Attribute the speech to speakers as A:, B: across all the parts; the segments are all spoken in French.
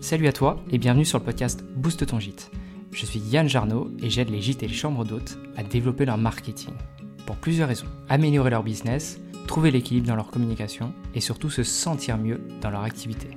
A: Salut à toi et bienvenue sur le podcast Booste ton gîte. Je suis Yann Jarno et j'aide les gîtes et les chambres d'hôtes à développer leur marketing. Pour plusieurs raisons. Améliorer leur business, trouver l'équilibre dans leur communication et surtout se sentir mieux dans leur activité.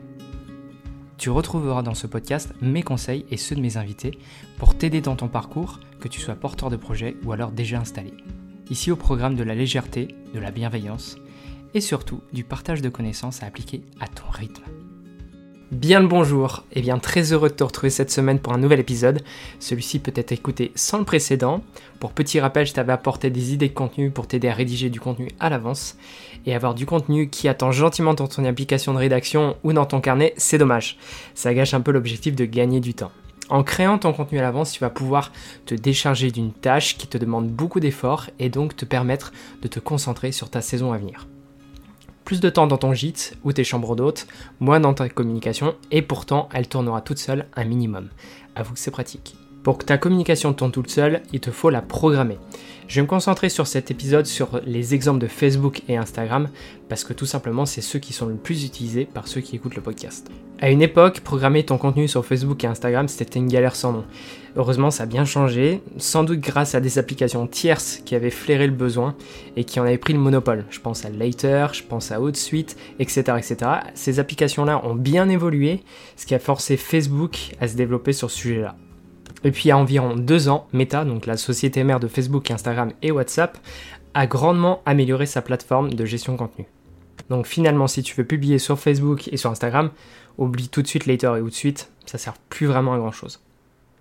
A: Tu retrouveras dans ce podcast mes conseils et ceux de mes invités pour t'aider dans ton parcours, que tu sois porteur de projet ou alors déjà installé. Ici au programme de la légèreté, de la bienveillance et surtout du partage de connaissances à appliquer à ton rythme. Bien le bonjour, et bien très heureux de te retrouver cette semaine pour un nouvel épisode. Celui-ci peut être écouté sans le précédent. Pour petit rappel, je t'avais apporté des idées de contenu pour t'aider à rédiger du contenu à l'avance. Et avoir du contenu qui attend gentiment dans ton application de rédaction ou dans ton carnet, c'est dommage. Ça gâche un peu l'objectif de gagner du temps. En créant ton contenu à l'avance, tu vas pouvoir te décharger d'une tâche qui te demande beaucoup d'efforts et donc te permettre de te concentrer sur ta saison à venir. Plus de temps dans ton gîte ou tes chambres d'hôtes, moins dans ta communication et pourtant elle tournera toute seule un minimum. Avoue que c'est pratique. Pour que ta communication tourne toute seule, il te faut la programmer. Je vais me concentrer sur cet épisode sur les exemples de Facebook et Instagram parce que tout simplement c'est ceux qui sont le plus utilisés par ceux qui écoutent le podcast. À une époque, programmer ton contenu sur Facebook et Instagram c'était une galère sans nom. Heureusement ça a bien changé, sans doute grâce à des applications tierces qui avaient flairé le besoin et qui en avaient pris le monopole. Je pense à Later, je pense à Hootsuite, etc. etc. Ces applications-là ont bien évolué, ce qui a forcé Facebook à se développer sur ce sujet-là. Et puis il y a environ 2 ans, Meta, donc la société mère de Facebook, Instagram et WhatsApp, a grandement amélioré sa plateforme de gestion de contenu. Donc finalement, si tu veux publier sur Facebook et sur Instagram, oublie tout de suite Later et Hootsuite, ça sert plus vraiment à grand chose. Pourquoi ?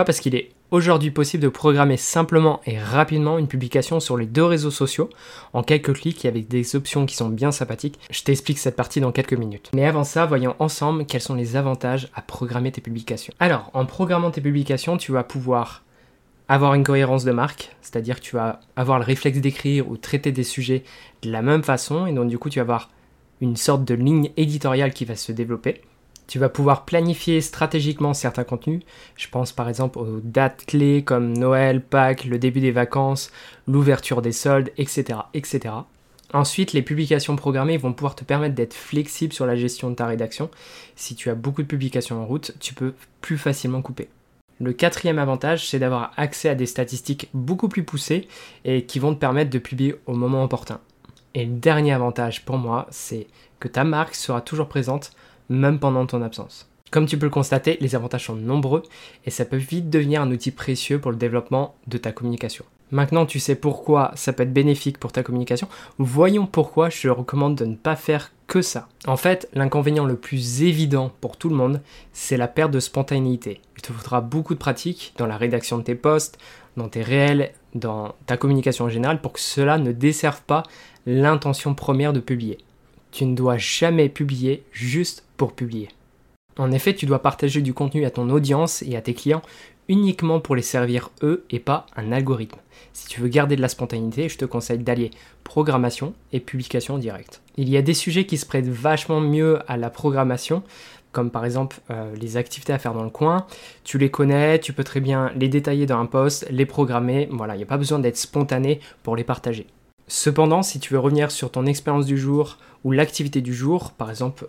A: Parce qu'il est aujourd'hui possible de programmer simplement et rapidement une publication sur les 2 réseaux sociaux en quelques clics et avec des options qui sont bien sympathiques. Je t'explique cette partie dans quelques minutes. Mais avant ça, voyons ensemble quels sont les avantages à programmer tes publications. Alors, en programmant tes publications, tu vas pouvoir avoir une cohérence de marque, c'est-à-dire que tu vas avoir le réflexe d'écrire ou traiter des sujets de la même façon et donc du coup tu vas avoir une sorte de ligne éditoriale qui va se développer. Tu vas pouvoir planifier stratégiquement certains contenus. Je pense par exemple aux dates clés comme Noël, Pâques, le début des vacances, l'ouverture des soldes, etc., etc. Ensuite, les publications programmées vont pouvoir te permettre d'être flexible sur la gestion de ta rédaction. Si tu as beaucoup de publications en route, tu peux plus facilement couper. Le 4e avantage, c'est d'avoir accès à des statistiques beaucoup plus poussées et qui vont te permettre de publier au moment opportun. Et le dernier avantage pour moi, c'est que ta marque sera toujours présente même pendant ton absence. Comme tu peux le constater, les avantages sont nombreux et ça peut vite devenir un outil précieux pour le développement de ta communication. Maintenant, tu sais pourquoi ça peut être bénéfique pour ta communication. Voyons pourquoi je te recommande de ne pas faire que ça. En fait, l'inconvénient le plus évident pour tout le monde, c'est la perte de spontanéité. Il te faudra beaucoup de pratique dans la rédaction de tes posts, dans tes réels, dans ta communication en général pour que cela ne desserve pas l'intention première de publier. Tu ne dois jamais publier juste pour publier. En effet, tu dois partager du contenu à ton audience et à tes clients uniquement pour les servir eux et pas un algorithme. Si tu veux garder de la spontanéité, je te conseille d'allier programmation et publication directe. Il y a des sujets qui se prêtent vachement mieux à la programmation, comme par exemple les activités à faire dans le coin. Tu les connais, tu peux très bien les détailler dans un post, les programmer. Voilà, il n'y a pas besoin d'être spontané pour les partager. Cependant, si tu veux revenir sur ton expérience du jour ou l'activité du jour, par exemple,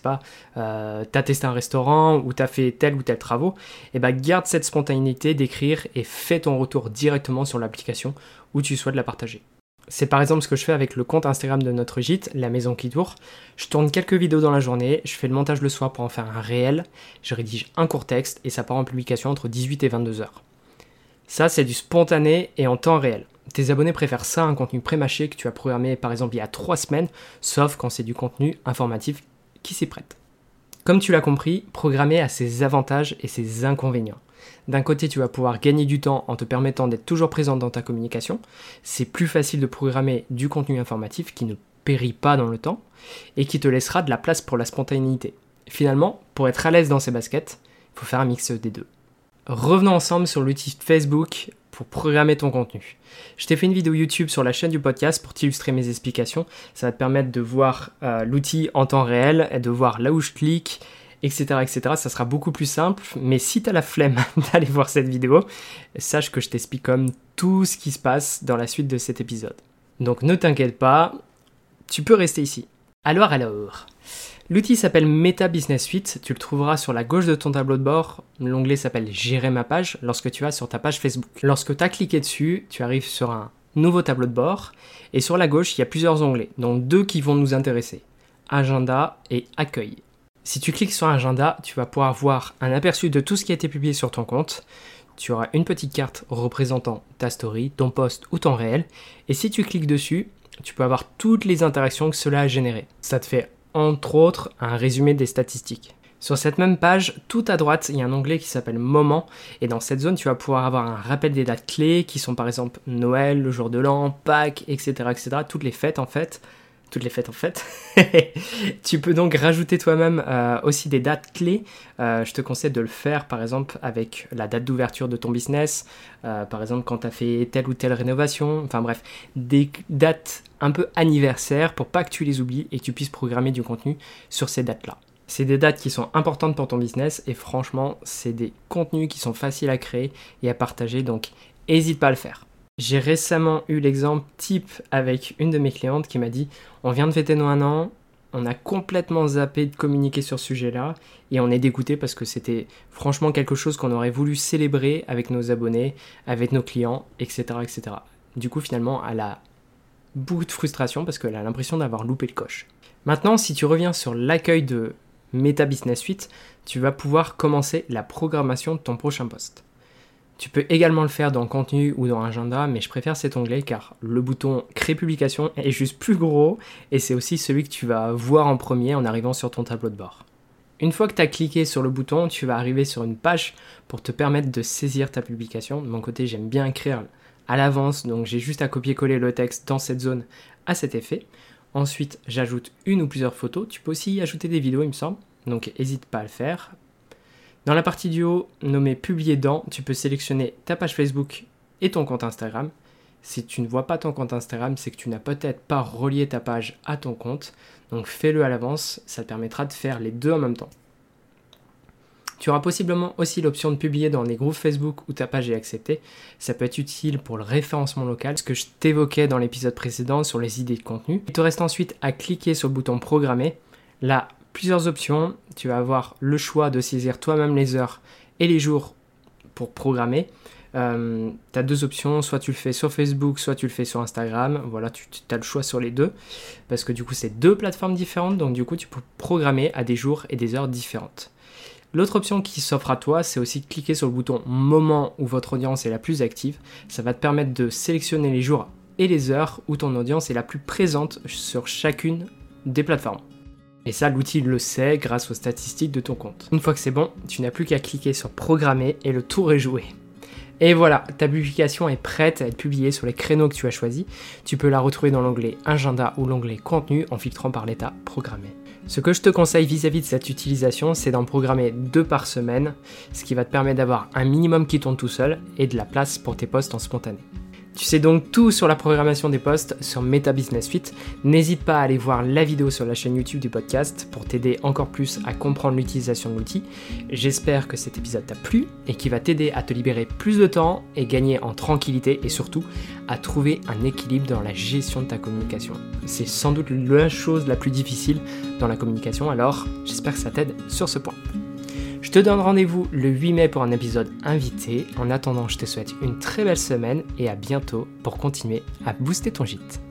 A: t'as testé un restaurant ou t'as fait tel ou tel travaux, garde cette spontanéité d'écrire et fais ton retour directement sur l'application où tu souhaites la partager. C'est par exemple ce que je fais avec le compte Instagram de notre gîte, La Maison qui Tourne. Je tourne quelques vidéos dans la journée, je fais le montage le soir pour en faire un réel, je rédige un court texte et ça part en publication entre 18 et 22 heures. Ça, c'est du spontané et en temps réel. Tes abonnés préfèrent ça à un contenu pré-mâché que tu as programmé par exemple il y a 3 semaines, sauf quand c'est du contenu informatif qui s'y prête. Comme tu l'as compris, programmer a ses avantages et ses inconvénients. D'un côté, tu vas pouvoir gagner du temps en te permettant d'être toujours présent dans ta communication. C'est plus facile de programmer du contenu informatif qui ne périt pas dans le temps et qui te laissera de la place pour la spontanéité. Finalement, pour être à l'aise dans ces baskets, il faut faire un mix des deux. Revenons ensemble sur l'outil Facebook pour programmer ton contenu. Je t'ai fait une vidéo YouTube sur la chaîne du podcast pour t'illustrer mes explications. Ça va te permettre de voir l'outil en temps réel, et de voir là où je clique, etc., etc. Ça sera beaucoup plus simple, mais si tu as la flemme d'aller voir cette vidéo, sache que je t'explique comme tout ce qui se passe dans la suite de cet épisode. Donc ne t'inquiète pas, tu peux rester ici. Alors, L'outil s'appelle Meta Business Suite, tu le trouveras sur la gauche de ton tableau de bord. L'onglet s'appelle Gérer ma page lorsque tu vas sur ta page Facebook. Lorsque tu as cliqué dessus, tu arrives sur un nouveau tableau de bord et sur la gauche, il y a plusieurs onglets, dont 2 qui vont nous intéresser, Agenda et Accueil. Si tu cliques sur Agenda, tu vas pouvoir voir un aperçu de tout ce qui a été publié sur ton compte. Tu auras une petite carte représentant ta story, ton post ou ton réel. Et si tu cliques dessus, tu peux avoir toutes les interactions que cela a générées. Ça te fait entre autres un résumé des statistiques. Sur cette même page, tout à droite, il y a un onglet qui s'appelle Moments. Et dans cette zone, tu vas pouvoir avoir un rappel des dates clés qui sont par exemple Noël, le jour de l'an, Pâques, etc. Toutes les fêtes en fait. Tu peux donc rajouter toi-même aussi des dates clés. Je te conseille de le faire par exemple avec la date d'ouverture de ton business, par exemple quand tu as fait telle ou telle rénovation, enfin bref, des dates un peu anniversaires pour pas que tu les oublies et que tu puisses programmer du contenu sur ces dates-là. C'est des dates qui sont importantes pour ton business et franchement, c'est des contenus qui sont faciles à créer et à partager, donc n'hésite pas à le faire. J'ai récemment eu l'exemple type avec une de mes clientes qui m'a dit « On vient de fêter nos 1 an, on a complètement zappé de communiquer sur ce sujet-là et on est dégoûté parce que c'était franchement quelque chose qu'on aurait voulu célébrer avec nos abonnés, avec nos clients, etc. etc. » Du coup, finalement, elle a beaucoup de frustration parce qu'elle a l'impression d'avoir loupé le coche. Maintenant, si tu reviens sur l'accueil de Meta Business Suite, tu vas pouvoir commencer la programmation de ton prochain post. Tu peux également le faire dans Contenu ou dans Agenda, mais je préfère cet onglet car le bouton Créer publication est juste plus gros et c'est aussi celui que tu vas voir en premier en arrivant sur ton tableau de bord. Une fois que tu as cliqué sur le bouton, tu vas arriver sur une page pour te permettre de saisir ta publication. De mon côté, j'aime bien écrire à l'avance, donc j'ai juste à copier-coller le texte dans cette zone à cet effet. Ensuite, j'ajoute une ou plusieurs photos. Tu peux aussi y ajouter des vidéos, il me semble, donc n'hésite pas à le faire. Dans la partie du haut, nommée Publier dans, tu peux sélectionner ta page Facebook et ton compte Instagram. Si tu ne vois pas ton compte Instagram, c'est que tu n'as peut-être pas relié ta page à ton compte. Donc fais-le à l'avance, ça te permettra de faire les deux en même temps. Tu auras possiblement aussi l'option de publier dans les groupes Facebook où ta page est acceptée. Ça peut être utile pour le référencement local, ce que je t'évoquais dans l'épisode précédent sur les idées de contenu. Il te reste ensuite à cliquer sur le bouton Programmer. Là, plusieurs options. Tu vas avoir le choix de saisir toi-même les heures et les jours pour programmer. Tu as 2 options, soit tu le fais sur Facebook, soit tu le fais sur Instagram. Voilà, tu as le choix sur les deux. Parce que du coup, c'est 2 plateformes différentes. Donc du coup, tu peux programmer à des jours et des heures différentes. L'autre option qui s'offre à toi, c'est aussi de cliquer sur le bouton moment où votre audience est la plus active. Ça va te permettre de sélectionner les jours et les heures où ton audience est la plus présente sur chacune des plateformes. Et ça, l'outil le sait grâce aux statistiques de ton compte. Une fois que c'est bon, tu n'as plus qu'à cliquer sur programmer et le tour est joué. Et voilà, ta publication est prête à être publiée sur les créneaux que tu as choisis. Tu peux la retrouver dans l'onglet Agenda ou l'onglet Contenu en filtrant par l'état Programmer. Ce que je te conseille vis-à-vis de cette utilisation, c'est d'en programmer 2 par semaine, ce qui va te permettre d'avoir un minimum qui tourne tout seul et de la place pour tes posts en spontané. Tu sais donc tout sur la programmation des posts sur Meta Business Suite. N'hésite pas à aller voir la vidéo sur la chaîne YouTube du podcast pour t'aider encore plus à comprendre l'utilisation de l'outil. J'espère que cet épisode t'a plu et qu'il va t'aider à te libérer plus de temps et gagner en tranquillité et surtout à trouver un équilibre dans la gestion de ta communication. C'est sans doute la chose la plus difficile dans la communication, alors j'espère que ça t'aide sur ce point. Je te donne rendez-vous le 8 mai pour un épisode invité. En attendant, je te souhaite une très belle semaine et à bientôt pour continuer à booster ton gîte.